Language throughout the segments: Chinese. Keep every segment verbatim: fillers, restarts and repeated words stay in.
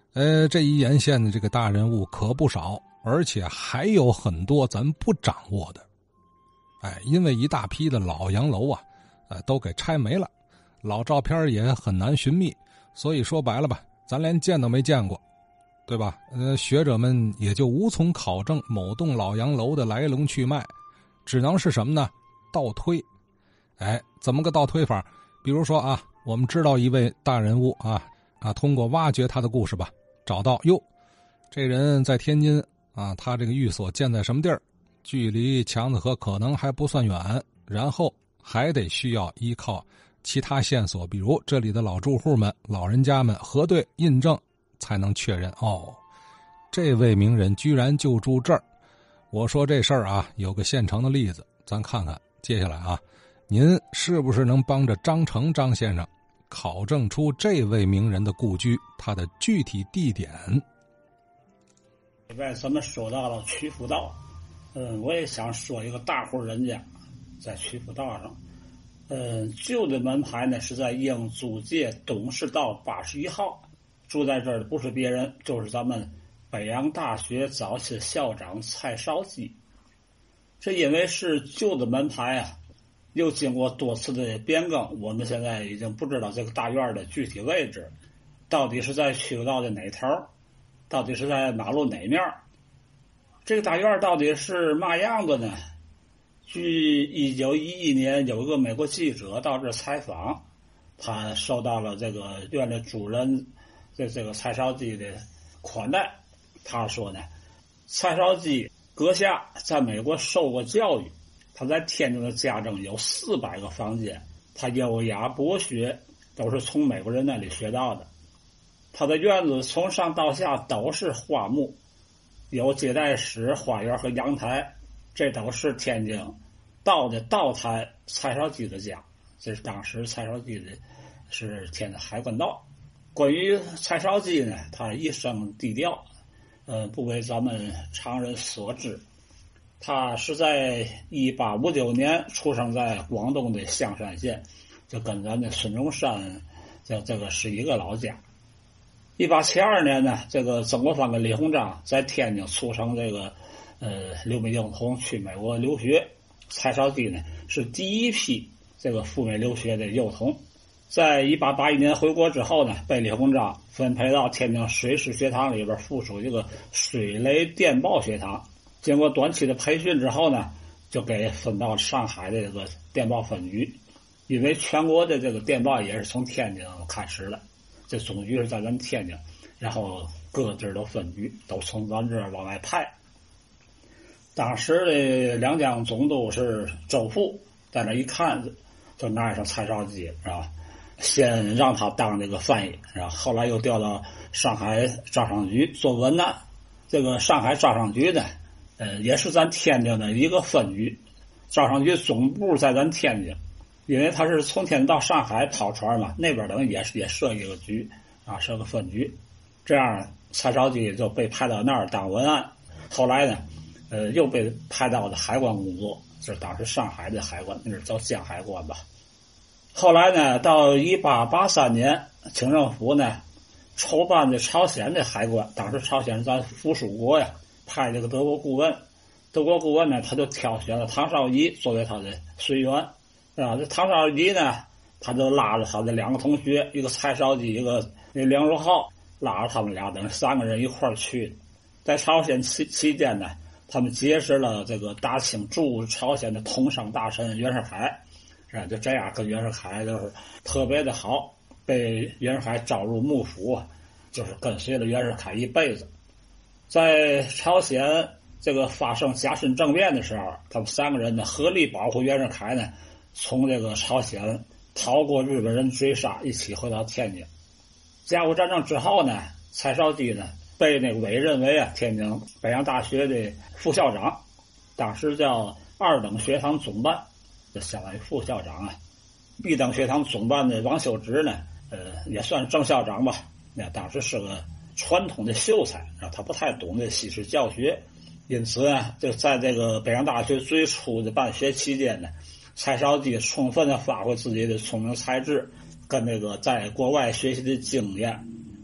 呃，这一沿线的这个大人物可不少，而且还有很多咱不掌握的。哎，因为一大批的老洋楼啊，呃，都给拆没了，老照片也很难寻觅，所以说白了吧，咱连见都没见过，对吧？呃，学者们也就无从考证某栋老洋楼的来龙去脉，只能是什么呢？倒推。哎，怎么个倒推法？比如说啊，我们知道一位大人物啊啊，通过挖掘他的故事吧，找到哟，这人在天津啊，他这个寓所建在什么地儿？距离强子河可能还不算远，然后还得需要依靠其他线索，比如这里的老住户们、老人家们核对印证，才能确认哦，这位名人居然就住这儿。我说这事儿啊，有个现成的例子，咱看看接下来啊，您是不是能帮着张成张先生考证出这位名人的故居，他的具体地点？ 现在咱们说到了曲阜道，嗯，我也想说一个大户人家，在曲阜道上，嗯，旧的门牌呢是在英租界董事道八十一号，住在这儿的不是别人，就是咱们北洋大学早期的校长蔡绍基。这因为是旧的门牌啊，又经过多次的变更，我们现在已经不知道这个大院的具体位置，到底是在曲阜道的哪头，到底是在马路哪面。这个大院到底是嘛样的呢？据一九一一年有一个美国记者到这采访，他受到了这个院的主人这这个蔡绍基的款待。他说呢，蔡绍基阁下在美国受过教育，他在天津的家中有四百个房间，他优雅博学都是从美国人那里学到的。他的院子从上到下都是花木，有接待室、花园和阳台，这都是天津道的道台蔡绍基的家。这是当时蔡绍基的是天津海关道。关于蔡绍基呢，他一生低调，呃，不为咱们常人所知。他是在一八五九年出生在广东的香山县，就跟咱的孙中山这这个是一个老家。一八七二年呢，这个曾国藩跟李鸿章在天津促成这个呃留美幼童去美国留学，蔡绍基呢是第一批这个赴美留学的幼童。在一八八一年回国之后呢，被李鸿章分配到天津水师学堂里边附属一个水雷电报学堂。经过短期的培训之后呢，就给分到上海的这个电报分局，因为全国的这个电报也是从天津开始的，这总局是在咱天津，然后各个地儿都分局都从咱这儿往外派。当时的两江总督是周馥，在那一看就拿上蔡绍基，是吧？先让他当这个翻译，然后后来又调到上海招商局做文案。这个上海招商局呢，呃，也是咱天津的一个分局，招商局总部在咱天津，因为他是从天津到上海跑船嘛，那边等于也是也设一个局啊，设个分局。这样蔡绍基就被派到那儿当文案，后来呢，呃，又被派到了海关工作，就是当时上海的海关，那是叫江海关吧。后来呢，到一八八三年，清政府呢筹办的朝鲜的海关，当时朝鲜是咱附属国呀，派这个德国顾问，德国顾问呢，他就挑选了唐绍仪作为他的随员，啊，这唐绍仪呢，他就拉着他的两个同学，一个蔡绍基，一个那梁如浩，拉着他们俩等于三个人一块儿去。在朝鲜期期间呢，他们结识了这个大清驻朝鲜的通商大臣袁世凯，是吧？就这样跟袁世凯就是特别的好，被袁世凯招入幕府，就是跟随了袁世凯一辈子。在朝鲜这个发生甲申政变的时候，他们三个人呢合力保护袁世凯呢，从这个朝鲜逃过日本人追杀，一起回到天津。甲午战争之后呢，蔡绍基呢被那个委任为啊天津北洋大学的副校长，当时叫二等学堂总办，就相当于副校长啊。一等学堂总办的王修直呢，呃，也算正校长吧。那当时是个传统的秀才，然后他不太懂得西式教学，因此呢，就在这个北洋大学最初的办学期间呢，蔡绍基充分的发挥自己的聪明才智，跟那个在国外学习的经验，把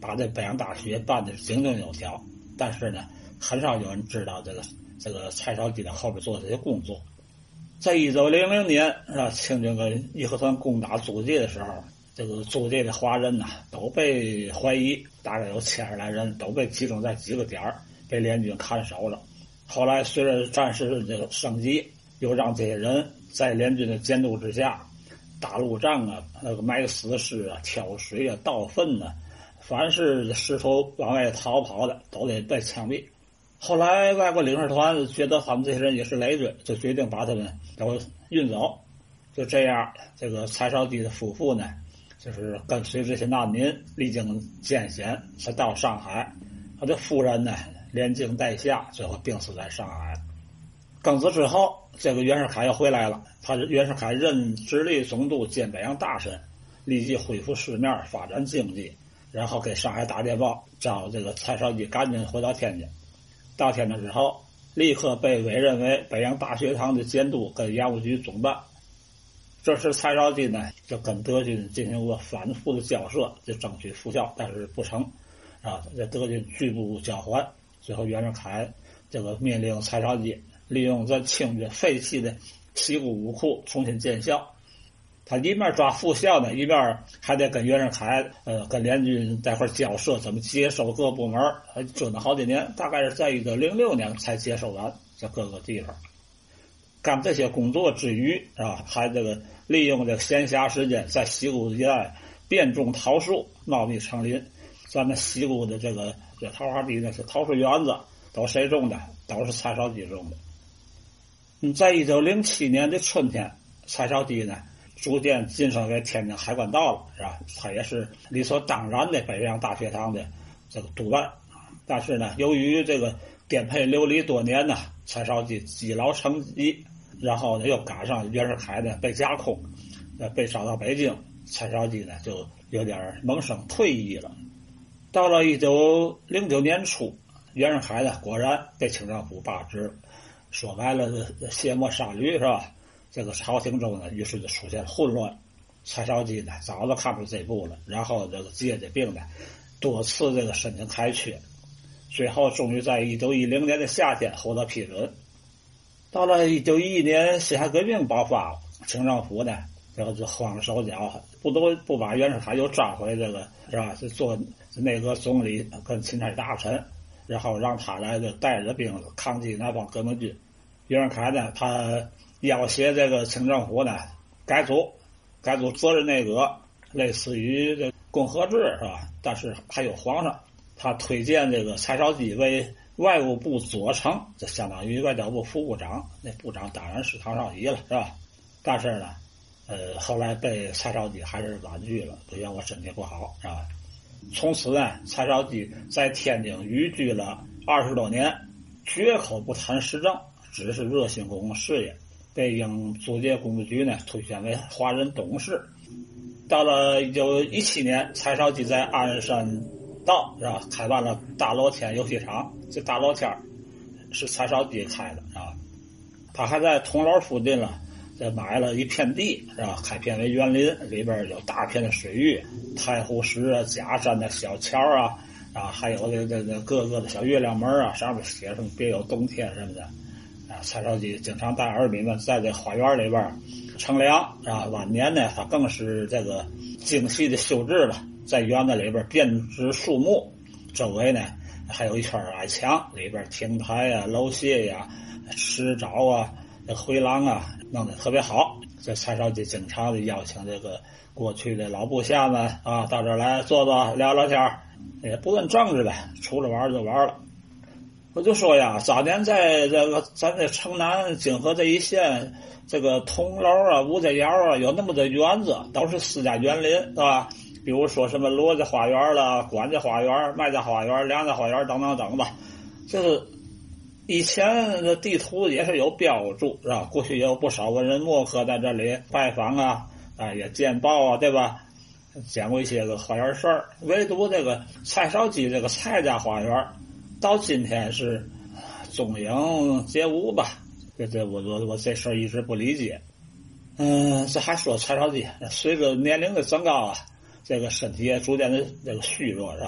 把这北洋大学办的井井有条，但是呢，很少有人知道这个这个蔡少基在后边做这些工作。在一九零零年啊，清军跟义和团攻打租界的时候，这个租界的华人呐、啊、都被怀疑，大概有千十来人都被集中在几个点儿，被联军看守了。后来随着战事这个升级，又让这些人在联军的监督之下，打路障啊，那个埋死尸啊，挑水啊，倒粪啊，凡是试图往外逃跑的都得被枪毙。后来外国领事团觉得他们这些人也是累赘，就决定把他们都运走。就这样，这个蔡少基的夫妇呢，就是跟随这些难民历经艰险才到上海。他的夫人呢，连惊带吓，最后病死在上海。庚子之后，这个袁世凯又回来了，他袁世凯任直隶总督兼北洋大臣，立即恢复市面，发展经济，然后给上海打电报，叫这个蔡少基赶紧回到天津。到天津之后，立刻被委任为北洋大学堂的监督跟洋务局总办。这时蔡少基呢，就跟德军进行过反复的交涉，就争取复校，但是不成啊，这德军拒不交还。最后袁世凯这个命令蔡少基利用这清军废弃的西固武库重新建校。他一面抓复校呢，一面还得跟袁世凯呃跟联军在一块交涉怎么接收各部门，还折腾好几年，大概是在一九零六年才接收完这各个地方。干这些工作之余啊，还这个利用这个闲暇时间在西固一带遍种桃树，茂密成林。咱们西固的这个这桃花地呢是桃树园子，都谁种的？都是蔡少基种的。嗯，在一九零七年的春天，蔡少基呢逐渐晋升为天津海关道了，是吧？他也是理所当然的北洋大学堂的这个督办。但是呢，由于这个颠沛流离多年呢，蔡少基积劳成疾，然后呢又赶上袁世凯呢被架空，呃被招到北京，蔡少基呢就有点萌生退役了。到了一九零九年初，袁世凯呢果然被清政府罢职，说白了卸磨杀驴，是吧？这个朝廷中呢，于是就出现了混乱。蔡少基呢，早就看出这步了，然后这个借这病呢，多次这个申请开缺，最后终于在一九一零年的夏天获得批准。到了一九一一年，辛亥革命爆发了，清政府呢，这个就慌了手脚，不都不把袁世凯又抓回这个是吧？是做内阁总理跟钦差大臣，然后让他来就带着兵抗击那帮革命军。袁世凯呢，他要挟这个清政府呢改组，改组责任内阁，类似于这共和制是吧？但是还有皇上，他推荐这个蔡少基为外务部左丞，这相当于外交部副部长，那部长当然是唐绍仪了，是吧？但是呢，呃，后来被蔡少基还是婉拒了，不行，我身体不好，是吧？从此呢，蔡少基在天津寓居了二十多年，绝口不谈时政，只是热心公共事业。被英租界工部局呢推选为华人董事。到了一九一七年，蔡少基在鞍山道是吧开办了大罗天游戏场，这大罗天是蔡少基开的啊。他还在铜楼附近了，这买了一片地是吧，开片为园林，里边有大片的水域，太湖石啊、假山的小桥啊，啊，还有这这这各个的小月亮门啊，上面写上别有洞天什么的。啊，蔡少基经常带儿女们在这花园里边乘凉啊。晚年呢，他更是这个精细的修治了，在园子里边编织树木，周围呢还有一圈矮墙，里边亭台啊、楼榭呀、池沼啊、回廊啊，弄得特别好。这蔡少基经常的邀请这个过去的老部下们啊到这儿来坐坐聊聊天，也不问政治呗，除了玩就玩了。我就说呀，早年在这个咱这城南景河这一线，这个铜楼啊、吴家窑啊，有那么多园子，都是私家园林，是吧？比如说什么罗家花园了、管家花园、麦家花园、梁家花园等等等吧。就是以前的地图也是有标注，是吧？过去也有不少文人墨客在这里拜访啊，啊也见报啊，对吧？讲过一些个花园事儿。唯独这个蔡少基这个蔡家花园，到今天是踪影皆无吧？这这我我我这事儿一直不理解。嗯，这还说蔡少基随着年龄的增高啊，这个身体也逐渐的这个虚弱，是吧？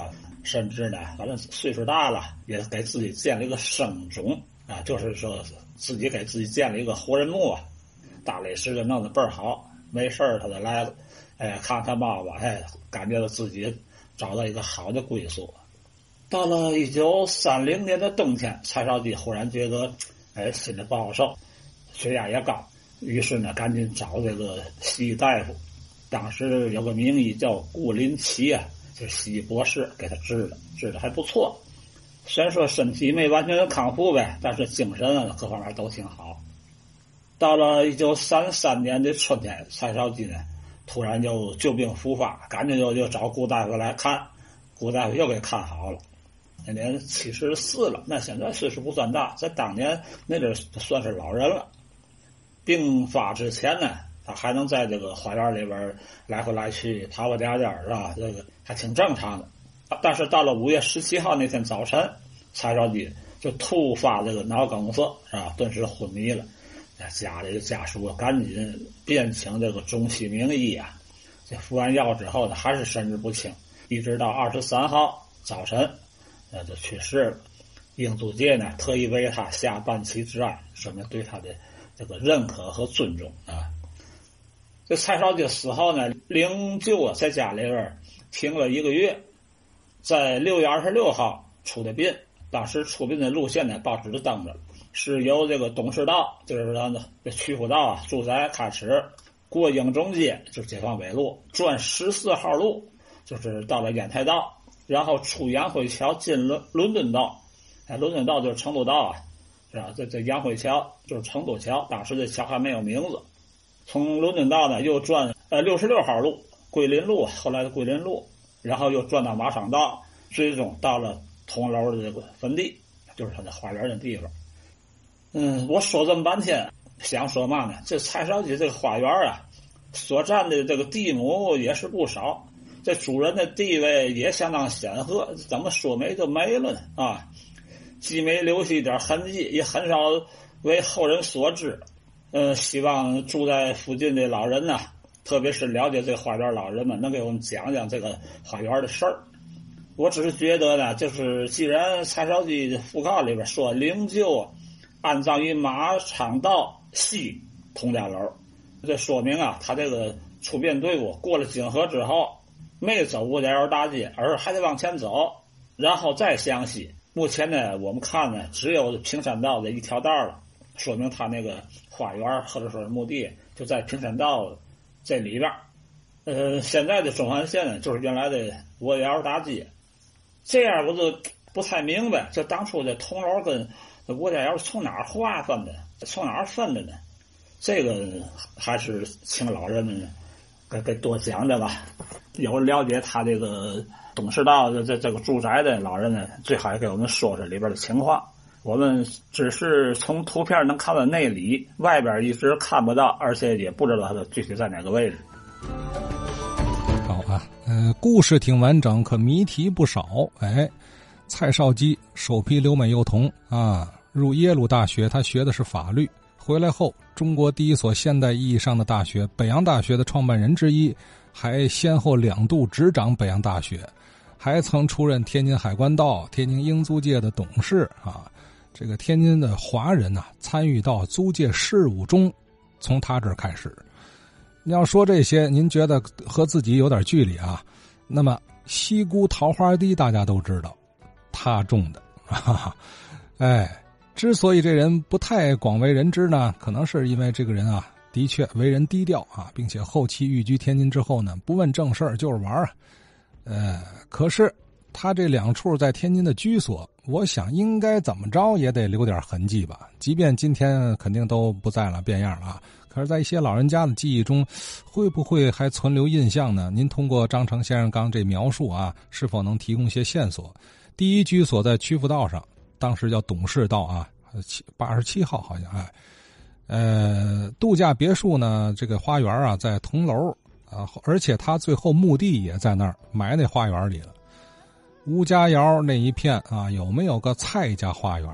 甚至呢，反正岁数大了，也给自己建了一个生冢啊，就是说自己给自己建了一个活人墓啊，大理石就弄得倍儿好，没事他就来了，哎，看看爸爸，哎，感觉到自己找到一个好的归宿。到了一九三零年的冬天，蔡少基忽然觉得，哎，心里不好受，血压也高，于是呢，赶紧找这个西医大夫。当时有个名医叫顾林奇啊，就是西医博士，给他治的，治的还不错。虽然说身体没完全的康复呗，但是精神啊各方面都挺好。到了一九三三年的春天，蔡少基呢突然就旧病复发，赶紧就就找顾大夫来看，顾大夫又给看好了。那年七十四了，那现在岁数不算大，在当年那阵算是老人了。病发之前呢，他还能在这个花园里边来回来去跑跑颠颠，是吧？这个还挺正常的。但是到了五月十七号那天早晨，蔡少基就突发这个脑梗塞，是吧？顿时昏迷了。家里的家属赶紧便请这个中西名医啊，这服完药之后呢，还是神志不清，一直到二十三号早晨，那就去世了。英租界呢，特意为他下半旗致哀，说明对他的这个认可和尊重啊。这蔡少基死后呢，灵柩啊在家里边停了一个月，在六月二十六号出的殡。当时出殡的路线呢，报纸都登着，是由这个董事道，就是咱的曲阜道啊住宅开始，过英中街，就是解放北路，转十四号路，就是到了烟台道，然后出杨辉桥进伦伦敦道，哎，伦敦道就是成都道啊，是吧？这这杨辉桥就是成都桥，当时这桥还没有名字。从伦敦道呢又转呃六十六号路，桂林路，后来的桂林路，然后又转到马场道，最终到了铜楼的这个坟地，就是他的花园的地方。嗯，我说这么半天，想说嘛呢？这蔡少基这个花园啊，所占的这个地亩也是不少，这主人的地位也相当显赫，怎么说没就没了呢？啊，既没留下一点痕迹，也很少为后人所知。呃，希望住在附近的老人呢，特别是了解这个花园老人们，能给我们讲讲这个花园的事儿。我只是觉得呢，就是既然蔡少基的讣告里边说灵柩安葬于马场道西通家楼，这说明啊，他这个出殡队伍过了泾河之后，没走五家窑大街，而还得往前走，然后再向西。目前呢，我们看呢，只有平山道的一条道了，说明他那个花园或者说是墓地就在平山道这里边。呃，现在的中环线呢，就是原来的五家窑大街。这样我就不太明白，这当初的铜楼跟五家窑是从哪儿划分的，从哪儿分的呢？这个还是请老人们给给多讲讲吧。有了解他这个董事道的这这个住宅的老人呢，最好也给我们说说里边的情况。我们只是从图片能看到内里，外边一直看不到，而且也不知道它的具体在哪个位置。 好啊，呃，故事挺完整，可谜题不少。哎，蔡少基首批留美幼童啊，入耶鲁大学，他学的是法律。回来后，中国第一所现代意义上的大学北洋大学的创办人之一，还先后两度执掌北洋大学，还曾出任天津海关道、天津英租界的董事啊。这个天津的华人呐、啊，参与到租界事务中，从他这儿开始。你要说这些，您觉得和自己有点距离啊？那么西沽桃花堤大家都知道，他种的，哈哈，哎。之所以这人不太广为人知呢，可能是因为这个人啊，的确为人低调啊，并且后期寓居天津之后呢，不问正事儿就是玩啊。呃，可是他这两处在天津的居所，我想应该怎么着也得留点痕迹吧。即便今天肯定都不在了，变样了啊，可是在一些老人家的记忆中，会不会还存留印象呢？您通过张成先生刚这描述啊，是否能提供些线索？第一居所在曲阜道上。当时叫董事道啊，七八十七号好像哎，呃，度假别墅呢，这个花园啊在铜楼啊，而且他最后墓地也在那儿埋那花园里了。吴家窑那一片啊，有没有个蔡家花园？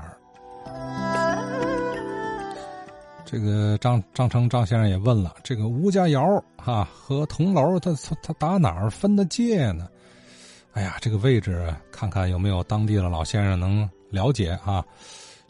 这个张张成张先生也问了，这个吴家窑啊和铜楼，他他他打哪儿分的界呢？ 哎呀，这个位置看看有没有当地的老先生能了解啊。